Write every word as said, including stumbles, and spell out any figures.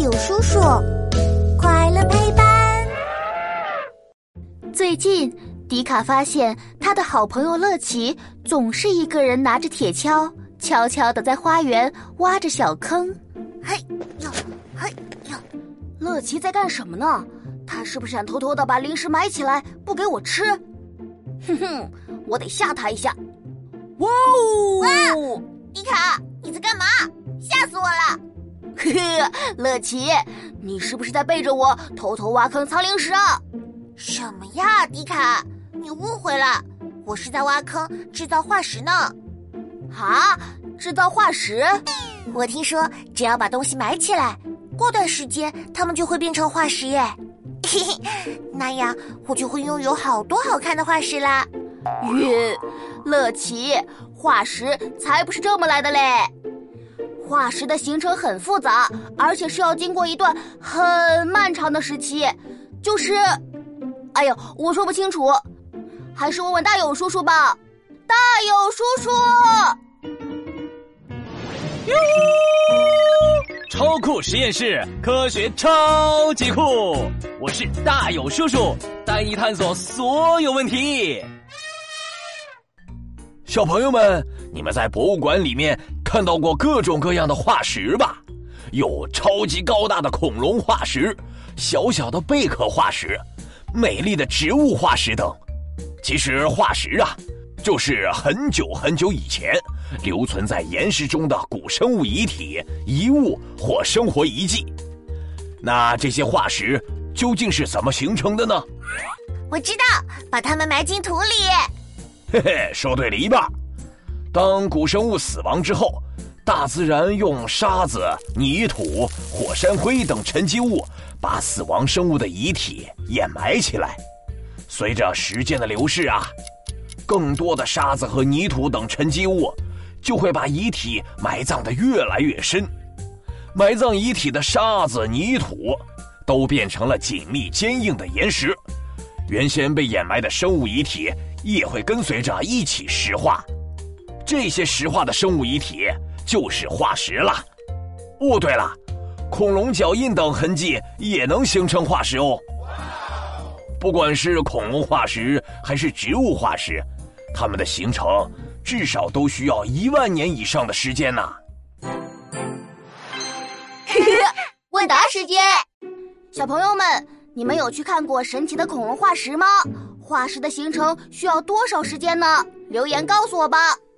友叔叔，快乐陪伴。 最近，迪卡发现他的好朋友乐奇总是一个人拿着铁锹，悄悄地在花园挖着小坑。 嘿呦，嘿呦，乐奇在干什么呢？他是不是想偷偷地把零食埋起来，不给我吃？哼哼，我得吓他一下。哇哦！ 哇，迪卡，你在干嘛？吓死我了！ 呵呵，乐奇，你是不是在背着我偷偷挖坑藏零食啊？ 什么呀，迪卡，你误会了，我是在挖坑制造化石呢。 啊，制造化石？ 我听说只要把东西埋起来，过段时间它们就会变成化石耶。嘿嘿，那样我就会拥有好多好看的化石啦。 晕，乐奇，化石才不是这么来的嘞！化石的形成很复杂，而且是要经过一段很漫长的时期，就是，哎呦，我说不清楚，还是问问大友叔叔吧。大友叔叔， 哟，超酷实验室，科学超级酷！我是大友叔叔，带你探索所有问题。小朋友们，你们在博物馆里面看到过各种各样的化石吧？有超级高大的恐龙化石，小小的贝壳化石，美丽的植物化石等。其实化石啊，就是很久很久以前留存在岩石中的古生物遗体、遗物或生活遗迹。那这些化石究竟是怎么形成的呢？ 我知道，把它们埋进土里。 嘿嘿，说对了一半。当古生物死亡之后，大自然用沙子、泥土、火山灰等沉积物把死亡生物的遗体掩埋起来。随着时间的流逝啊，更多的沙子和泥土等沉积物就会把遗体埋葬得越来越深。埋葬遗体的沙子、泥土都变成了紧密坚硬的岩石，原先被掩埋的生物遗体也会跟随着一起石化。这些石化的生物遗体就是化石了。哦，对了，恐龙脚印等痕迹也能形成化石哦。不管是恐龙化石还是植物化石，它们的形成至少都需要一万年以上的时间呢。 问答时间，小朋友们，你们有去看过神奇的恐龙化石吗？化石的形成需要多少时间呢？留言告诉我吧。